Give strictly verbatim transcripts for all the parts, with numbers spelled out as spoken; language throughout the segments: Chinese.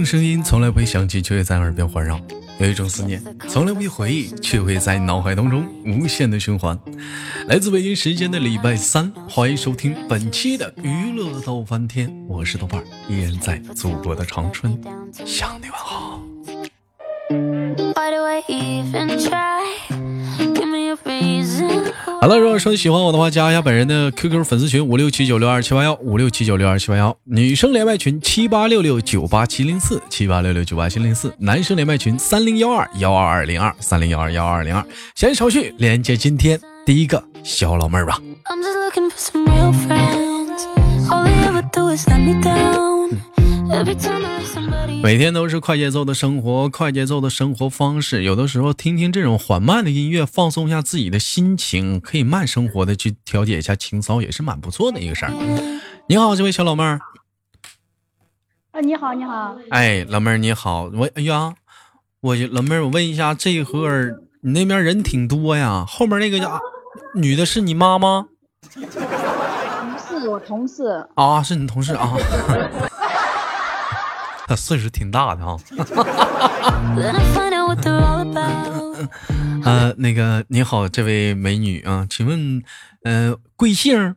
种声音从来不会响起，却会在耳边环绕；有一种思念从来不会回忆，却会在脑海当中无限的循环。来自北京时间的礼拜三，欢迎收听本期的娱乐逗翻天，我是豆瓣，依然在祖国的长春向你问好。好了，如果说喜欢我的话，加一下本人的 Q Q 粉丝群五六七九六二七八幺五六七九六二七八幺，女生连麦群七八六六九八七零四七八六六九八七零四，男生连麦群三零幺二幺二二零二三零幺二幺二二零二。先手续连接今天第一个小老妹儿吧。每天都是快节奏的生活，快节奏的生活方式，有的时候听听这种缓慢的音乐，放松一下自己的心情，可以慢生活的去调节一下情操，也是蛮不错的一个事儿。你好，这位小老妹儿。 啊，你好，你好。 哎，老妹儿你好，我哎呀，我老妹儿，我问一下，这一会儿你那边人挺多呀，后面那个叫女的是你妈吗？ 同事，我同事啊，是你同事啊。他岁数挺大的哈、啊。呃，那个你好，这位美女啊，请问呃贵姓？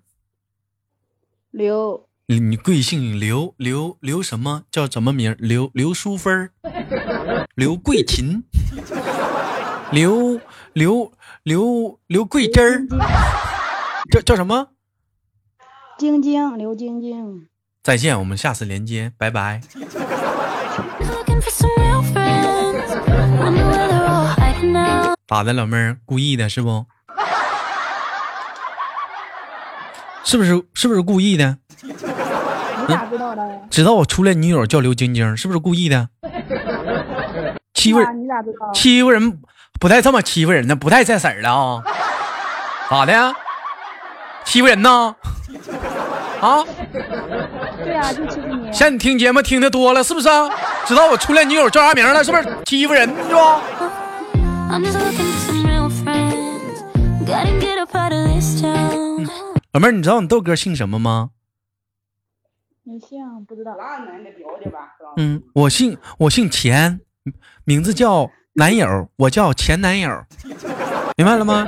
刘。 你贵姓刘？刘刘什么叫什么名？刘刘淑芬，刘桂琴，刘刘刘刘桂枝儿，叫叫什么？ 晶晶，刘晶晶。 再见，我们下次连接，拜拜。咋的，老妹儿？故意的是不？是不是？是不是故意的？ 你咋知道的？ 知道我初恋女友叫刘晶晶，是不是故意的？欺负人？ 你咋知道？ 欺负人不带这么欺负人的，不带这色儿的啊！咋的？欺负人呢？啊？ 对啊，就欺负你。 像你听节目听的多了，是不是、啊？知道我初恋女友叫啥名了，是不是欺负人是吧？老妹儿，你知道你豆哥姓什么吗？ 你姓不知道。 嗯，我姓我姓钱，名字叫男友，我叫前男友，明白了吗？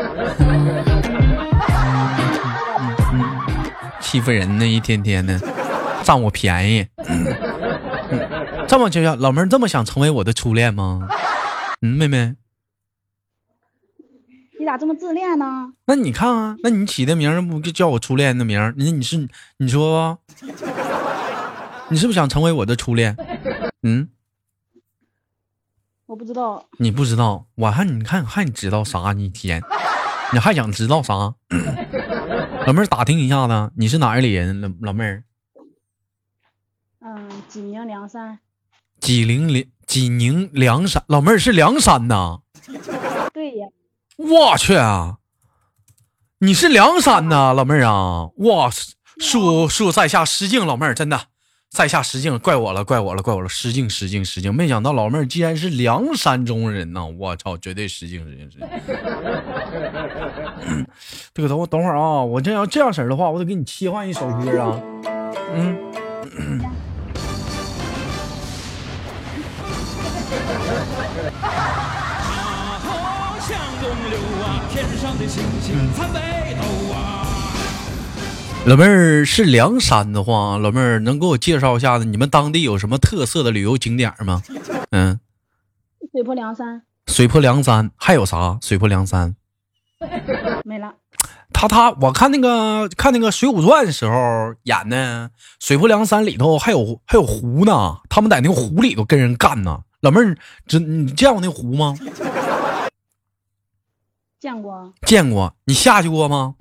欺负人呢，一天天的占我便宜。嗯、这么就要老妹儿这么想成为我的初恋吗？嗯，妹妹， 你咋这么自恋呢？ 那你看啊，那你起的名不就叫我初恋的名？那你是你说吧，你是不是想成为我的初恋？嗯， 我不知道。 你不知道，我还你看还你知道啥？你天，你还想知道啥？老妹儿打听一下子，你是哪里人？老老妹儿， 嗯，济宁凉山。 济宁凉济宁凉山，老妹儿是凉山呐？ 对呀。 我去啊！你是凉山呐，老妹儿啊！哇，恕恕在下失敬，老妹儿真的在下失敬，怪我了，怪我了，怪我了，失敬失敬失敬！没想到老妹儿竟然是凉山中人呐！我操，绝对失敬失敬失敬！这个等我等会儿啊，我这要这样式儿的话，我得给你切换一首歌啊。嗯。嗯老妹儿是凉山的话，老妹儿能给我介绍一下子你们当地有什么特色的旅游景点吗？嗯， 水泊凉山。 水泊凉山还有啥？水泊凉山没了。 他他我看那个看那个《水浒传》的时候演的，水泊凉山里头还有还有湖呢，他们在那个湖里头跟人干呢。老妹儿，这你见过那湖吗？ 见过。 见过。你下去过吗？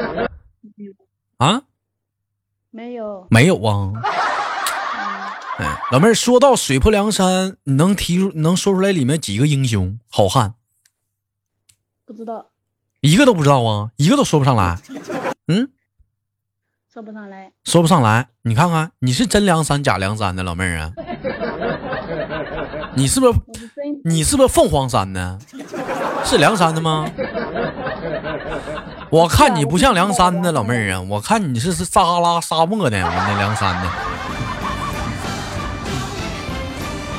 啊？ 没有。 没有啊。嗯、哎，老妹儿，说到水泊凉山，你能提出能说出来里面几个英雄好汉？ 不知道。 一个都不知道啊，一个都说不上来。嗯， 说不上来。 说不上来。你看看，你是真凉山假凉山的老妹儿啊？你是不是？你是不是凤凰山的？是凉山的吗？我看你不像凉山的老妹儿啊，我看你是是撒哈拉沙漠的，我那凉山的。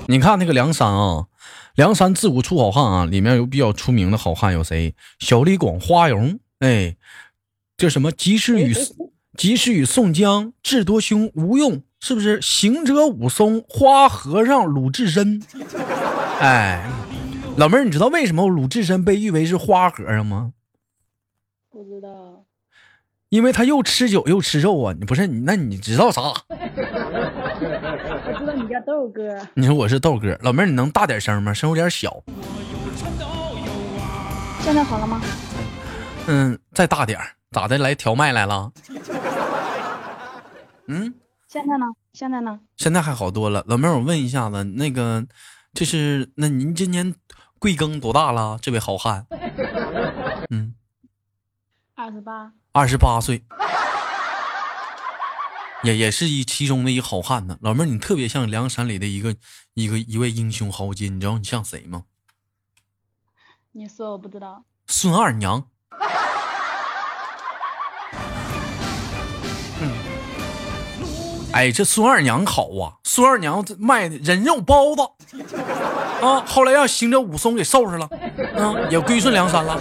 你看那个梁山啊，梁山自古出好汉啊，里面有比较出名的好汉有谁？小李广、花荣，哎，这什么及时雨，及时雨宋江、智多星吴用，是不是？行者武松、花和尚鲁智深，哎，老妹儿，你知道为什么鲁智深被誉为是花和尚吗？ 不知道。 因为他又吃酒又吃肉啊！你不是你，那你知道啥？ 我知道你叫豆哥。 你说我是豆哥，老妹儿，你能大点声吗？声有点小。 现在好了吗？ 嗯，再大点儿。咋的？来调麦来了？嗯， 现在呢？现在呢？ 现在还好多了。老妹儿，我问一下子，那个，就是那您今年贵庚多大了？这位好汉？嗯， 二十八。 二十八岁。也也是一其中的一个好汉呢。老妹儿，你特别像梁山里的一个一个一位英雄豪杰，你知道你像谁吗？ 你说我不知道。 孙二娘。嗯，哎，这孙二娘好啊！孙二娘卖的人肉包子啊，后来让行者武松给收拾了，啊，也归顺梁山了。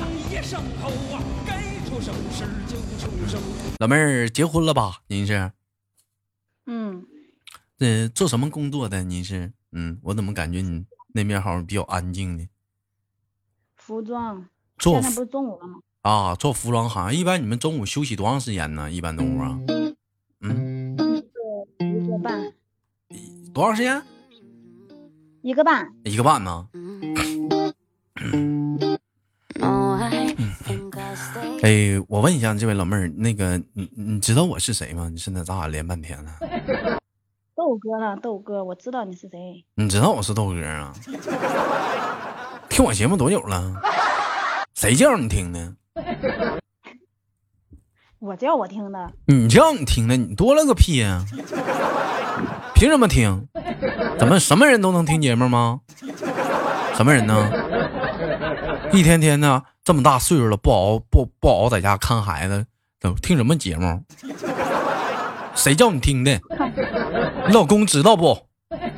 老妹儿结婚了吧？您是？ 嗯。 呃，做什么工作的？您是？嗯，我怎么感觉你那边好像比较安静呢？ 服装。 做现在不是中午了吗？ 啊，做服装行。一般你们中午休息多长时间呢？一般都是啊。嗯。 一个半。 多长时间？ 一个半。 一个半呢？哎，我问一下这位老妹儿，那个你你知道我是谁吗？你现在咱俩连半天了。 豆哥呢？豆哥，我知道你是谁。 你知道我是豆哥啊？听我节目多久了？谁叫你听的？ 我叫我听的。 你叫你听的？你多了个屁呀、啊！凭什么听？怎么什么人都能听节目吗？什么人呢？一天天的这么大岁数了，不熬不不熬在家看孩子，听什么节目？谁叫你听的？你老公知道不？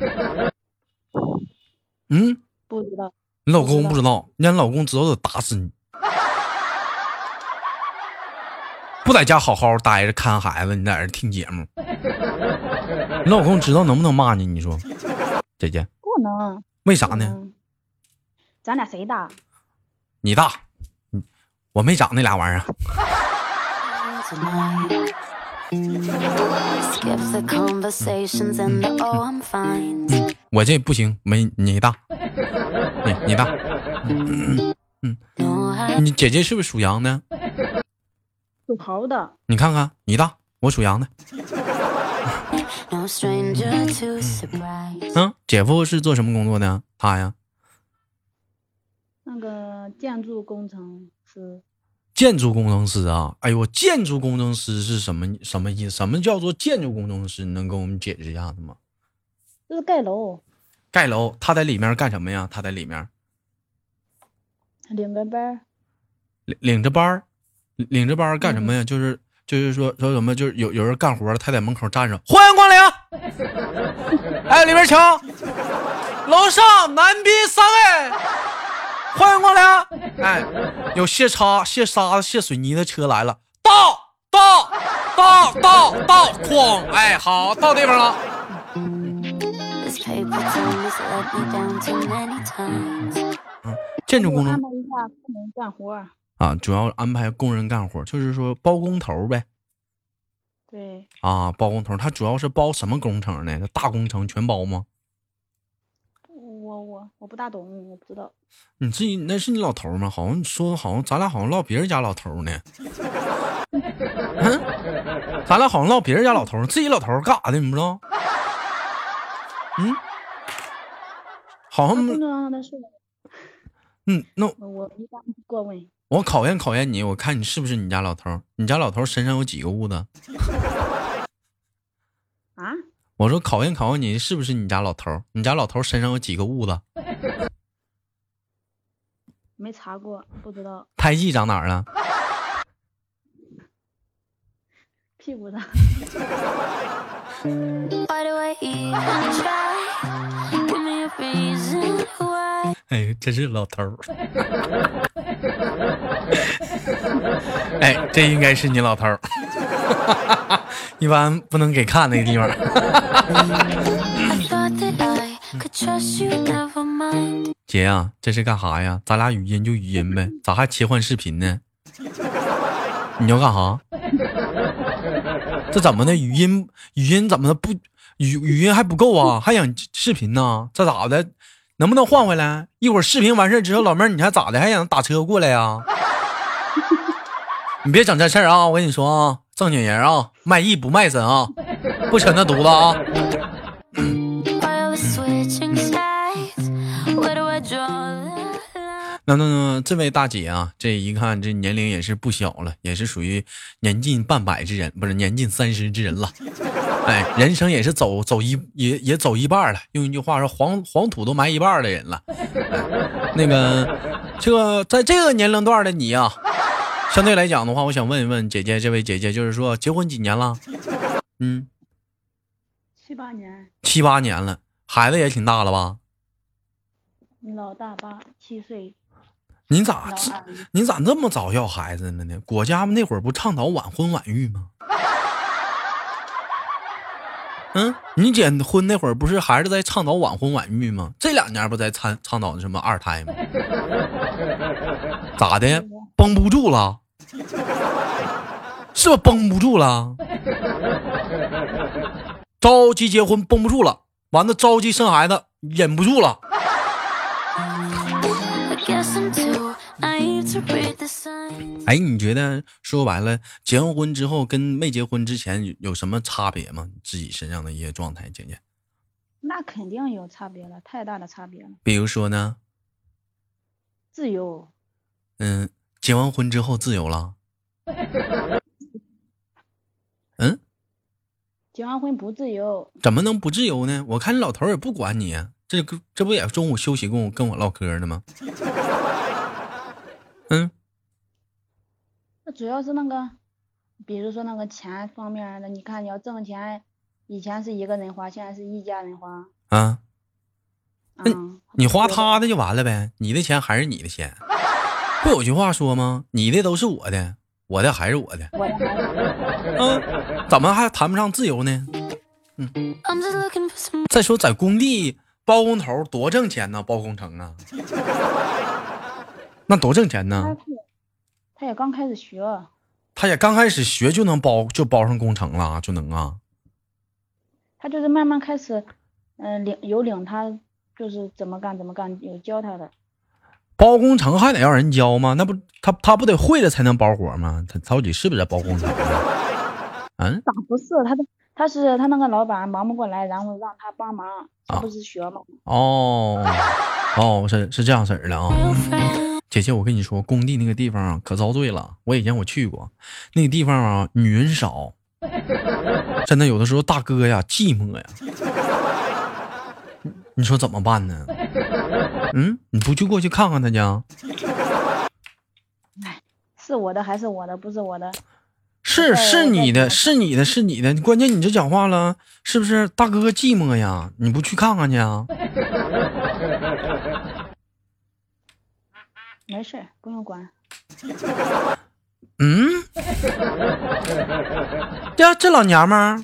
嗯， 不知道。 你老公不知道，你让老公知道，得打死你！不在家好好待着看孩子，你在这听节目。你老公知道能不能骂你？你说，姐姐？ 不能。 为啥呢？ 咱俩谁大？ 你大，我没长那俩玩意儿。嗯，我这不行，没你大，你你大。嗯嗯嗯，你姐姐是不是属羊的？ 属猴的。 你看看，你大，我属羊的。嗯，姐夫是做什么工作的？他呀？ 那个建筑工程师。 建筑工程师啊！哎呦，建筑工程师是什么什么意思？什么叫做建筑工程师？你能跟我们解释一下子吗？ 就是盖楼。 盖楼，他在里面干什么呀？他在里面领个班。 领领着班领着班干什么呀？嗯、就是就是说说什么？就是有有人干活了，他在门口站着，欢迎光临。哎，里边请，楼上男宾三位。欢迎光临！哎，有卸叉、卸沙子、卸水泥的车来了，到到到到到，哐！哎，好，到地方了。嗯，建筑工程安排一下工人干活啊，主要安排工人干活，就是说包工头呗。 对。啊， 包工头，他主要是包什么工程呢？大工程全包吗？ 我我我不大懂，我不知道。 你自己那是你老头吗？好像说好像咱俩好像唠别人家老头呢。嗯，咱俩好像唠别人家老头，自己老头干啥的？你不知道？嗯，好像。嗯，那我一般不过问。 我考验考验你，我看你是不是你家老头？你家老头身上有几个痦子？ 啊？ 我说考验考验你是不是你家老头？你家老头身上有几个痦子？ 没查过，不知道。 胎记长哪儿了？ 屁股上。 哎，这是老头儿。哎，这应该是你老头儿。一般不能给看那个地方。姐呀、啊，这是干啥呀？咱俩语音就语音呗，咋还切换视频呢？你要干啥？这怎么的？语音语音怎么的不语语音还不够啊？还想视频呢？这咋的？能不能换回来？一会儿视频完事之后，老妹儿你还咋的？还想打车过来呀？你别整这事儿啊！我跟你说啊，正经人啊，卖艺不卖身啊，不扯那犊子啊。那那那，这位大姐啊，这一看这年龄也是不小了，也是属于年近半百之人，不是年近三十之人了。哎，人生也是走走一也也走一半了。用一句话说，黄黄土都埋一半的人了。哎、那个，这个在这个年龄段的你啊，相对来讲的话，我想问一问姐姐，这位姐姐就是说结婚几年了？嗯， 七八年。 七八年了，孩子也挺大了吧？ 老大八七岁。 您咋您咋那么早要孩子呢呢？国家那会儿不倡导晚婚晚育吗？嗯，你结婚那会儿不是还是在倡导晚婚晚育吗？这两年不在倡倡导什么二胎吗？咋的？绷不住了？是不是绷不住了？着急结婚绷不住了，完了着急生孩子忍不住了。哎，你觉得说白了，结完婚之后跟没结婚之前有什么差别吗？自己身上的一些状态，姐姐。 那肯定有差别了，太大的差别了。 比如说呢？ 自由。 嗯，结完婚之后自由了。嗯， 结完婚不自由。 怎么能不自由呢？我看你老头也不管你，这这不也中午休息跟我跟我唠嗑呢吗？嗯， 那主要是那个，比如说那个钱方面的，你看你要挣钱，以前是一个人花，现在是一家人花。 啊， 嗯， 你花他的就完了呗，你的钱还是你的钱。不有句话说吗？你的都是我的，我的还是我的。 我的还是嗯，怎么还谈不上自由呢？嗯，再说在工地包工头多挣钱呢，包工程啊。那多挣钱呢？ 他也刚开始学， 他也刚开始学就能包，就包上工程了，就能啊。 他就是慢慢开始，嗯、呃，领有领他就是怎么干怎么干，有教他的。 包工程还得让人教吗？那不他他不得会了才能包活吗？他到底是不是在包工程啊？嗯， 咋不是他的？他是他那个老板忙不过来，然后让他帮忙，他不是学吗？ 哦哦，是是这样式儿的啊。姐姐，我跟你说，工地那个地方啊，可遭罪了。我以前我去过那个地方啊，女人少，真的有的时候大哥呀寂寞呀。你说怎么办呢？嗯，你不去过去看看他家？ 哎，是我的还是我的？不是我的。 是是你的，是你的，是你的。关键你这讲话了，是不是大哥寂寞呀？你不去看看去啊？ 没事，不用管。 嗯，这这老娘们儿，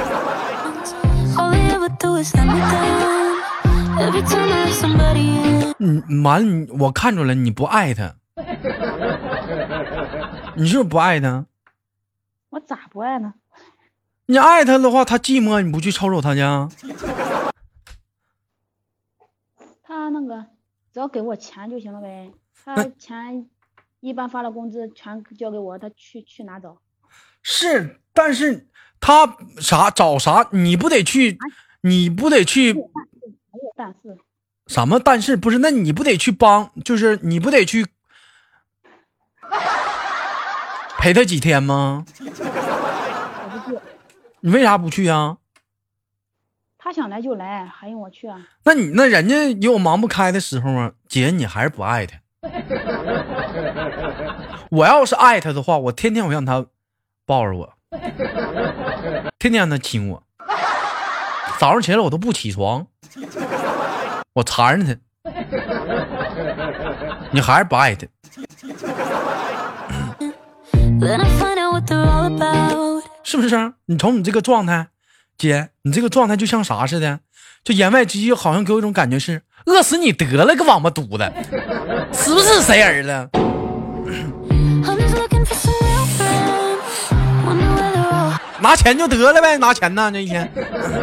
嗯，完了，我看出来你不爱他，你是不是不爱他？ 我咋不爱呢？ 你爱他的话，他寂寞，你不去瞅瞅他家？ 他那个只要给我钱就行了呗。他钱一般发了工资全交给我，他去去哪找？ 是，但是他啥找啥，你不得去，你不得去？ 但是什么？但是不是？那你不得去帮？就是你不得去陪他几天吗？ 我不去。 你为啥不去啊？ 他想来就来，还用我去啊？ 那你那人家有忙不开的时候啊，姐，你还是不爱他。我要是爱他的话，我天天我让他抱着我，天天让他亲我。早上起来我都不起床，我缠着他。 你还是不爱他。是不是？你瞅你这个状态，姐，你这个状态就像啥似的？就言外之意，好像给我一种感觉是饿死你得了个王八犊子，是不是谁儿子？拿钱就得了呗，拿钱呢这一天。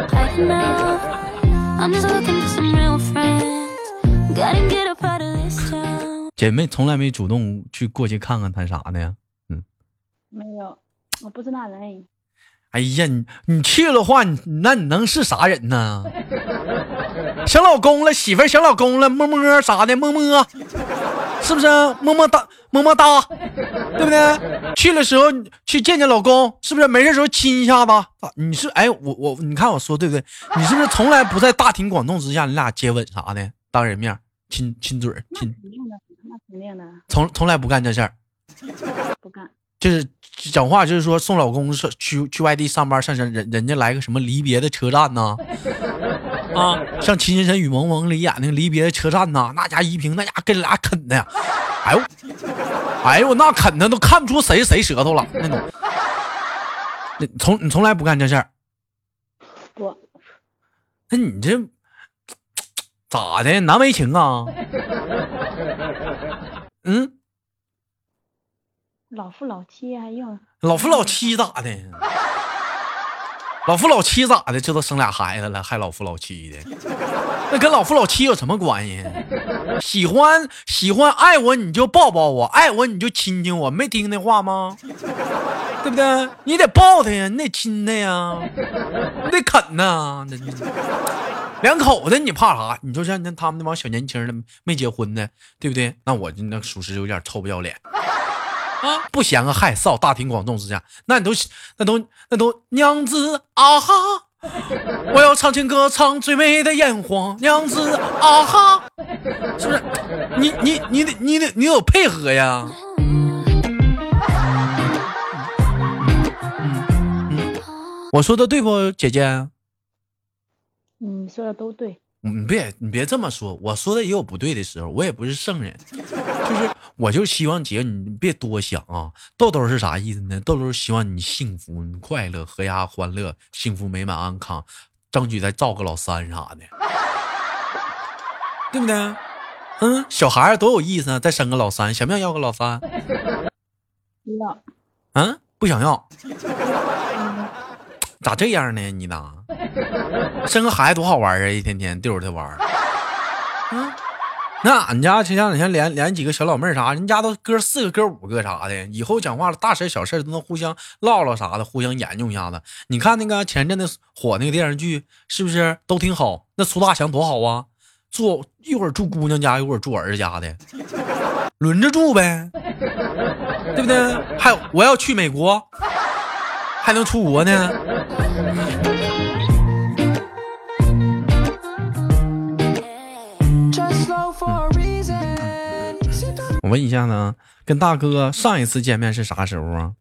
姐妹从来没主动去过去看看他啥的呀？嗯， 没有，我不是那人。 哎呀，你你去了话，你那你能是啥人呢？想老公了，媳妇儿想老公了，么么啥的，么么，是不是？么么哒，么么哒，对不对？去的时候去见见老公，是不是？没事时候亲一下子。你是哎，我我你看我说对不对？你是不是从来不在大庭广众之下，你俩接吻啥的，当人面亲亲嘴亲？ 那肯定的， 从从来不干这事儿， 不干。 就是讲话，就是说送老公去去外地上班，上人人家来个什么离别的车站呢？啊，像秦先生与萌萌里演那个离别的车站呐，那家依萍那家跟俩啃的呀，哎呦，哎呦，那啃的都看不出谁谁舌头了那种。你从你从来不干这事儿， 不？ 那你这咋的？难为情啊？嗯。 老夫老妻还用老夫老妻咋的？老夫老妻咋的？这都生俩孩子了，还老夫老妻的？那跟老夫老妻有什么关系？喜欢喜欢爱我你就抱抱我，爱我你就亲亲我，没听那话吗？对不对？你得抱他呀，你得亲他呀，你得啃呐。两口子你怕啥？你就像他们那帮小年轻的没结婚的，对不对？那我那属实有点臭不要脸。啊！不嫌个害臊，大庭广众之下，那你都那都那都娘子啊哈！我要唱情歌，唱最美的烟火，娘子啊哈！是不是？你你你得你得你有配合呀！我说的对不，姐姐？ 你说的都对。 你别你别这么说，我说的也有不对的时候，我也不是圣人，就是我就希望姐你别多想啊。豆豆是啥意思呢？豆豆是希望你幸福、你快乐、阖家欢乐、幸福美满安康，争取再造个老三啥的，对不对？嗯，小孩多有意思啊！再生个老三，想不想要个老三？ 不要。 嗯，不想要。咋这样呢？你呢？生个孩子多好玩啊！一天天丢着他玩。嗯，那俺家前两天连连几个小老妹儿啥，人家都哥四个哥五个啥的，以后讲话了大事小事都能互相唠唠啥的，互相研究一下子。你看那个前阵的火那个电视剧，是不是都挺好？那苏大强多好啊，住一会儿住姑娘家，一会儿住儿子家的，轮着住呗，对不对？还有我要去美国，还能出国呢。我问一下呢，跟大哥上一次见面是啥时候啊？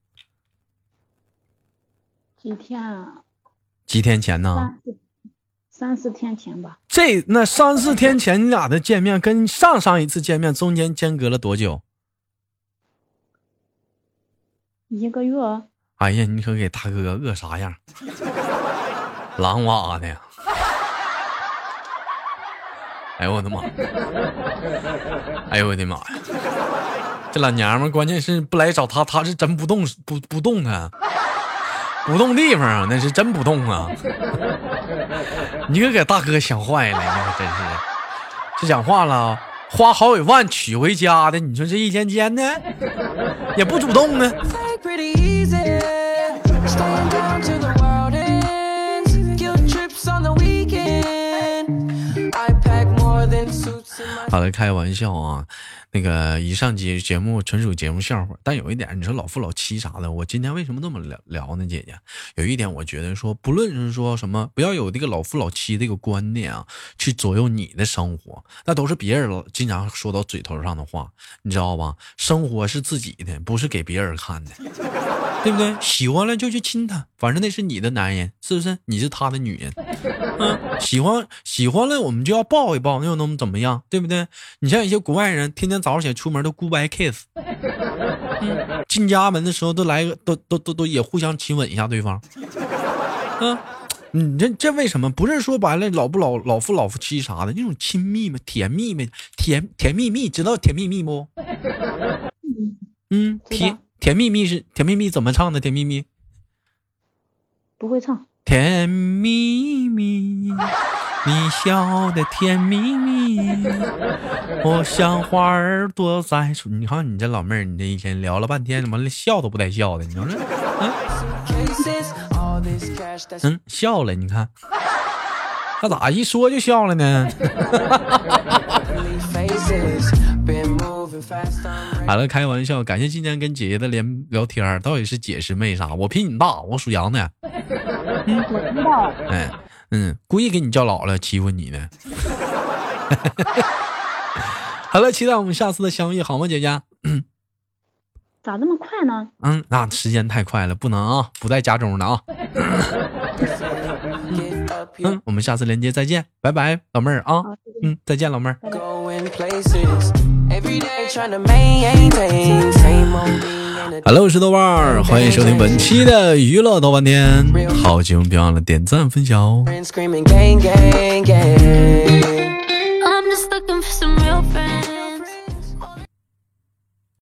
几天啊？ 几天前呢？ 三四天前吧。 这那三四天前你俩的见面跟上上一次见面中间间隔了多久？ 一个月。 哎呀，你可给大哥饿啥样？狼娃的呀！哎呦我的妈！哎呦我的妈呀！这老娘们关键是不来找他，他是真不动不不动弹，不动地方啊，那是真不动啊！你可给大哥想坏了，你可真是！这讲话了，花好几万娶回家的，你说这一天天的也不主动呢。好了，开玩笑啊，那个以上节节目纯属节目笑话，但有一点，你说老夫老妻啥的，我今天为什么这么聊聊呢？姐姐，有一点我觉得说，不论是说什么，不要有这个老夫老妻这个观念啊，去左右你的生活，那都是别人经常说到嘴头上的话，你知道吧？生活是自己的，不是给别人看的。 对不对？喜欢了就去亲他，反正那是你的男人，是不是？你是他的女人，嗯，喜欢喜欢了我们就要抱一抱，又能怎么样？对不对？你像一些国外人，天天早上起来出门都 goodbye kiss，嗯，进家门的时候都来个都都都都也互相亲吻一下对方，嗯。你这这为什么不是说白了老不老老夫老夫妻啥的那种亲密吗？甜蜜吗？甜甜蜜蜜，知道甜蜜蜜不？嗯，甜甜蜜蜜是甜蜜蜜怎么唱的？甜蜜蜜不会唱。 甜蜜蜜，你笑的甜蜜蜜，我像花儿朵在树。你看你这老妹儿，你这一天聊了半天，怎么笑都不带笑的？你说这，嗯。嗯，笑了，你看，他咋一说就笑了呢？好了，开玩笑，感谢今天跟姐姐的连聊天，到底是姐是妹啥？我比你大，我属羊的。嗯，我知道。哎，嗯，故意给你叫老了，欺负你呢。好了，期待我们下次的相遇，好吗，姐姐？嗯。 咋这么快呢？ 嗯，那时间太快了，不能啊，不带加钟的啊。嗯，我们下次连接再见，拜拜，老妹儿啊。嗯，再见，老妹儿。Hello， 我是豆瓣儿，欢迎收听本期的娱乐豆瓣天。好节目别忘了点赞分享哦。I'm just looking for some real friends.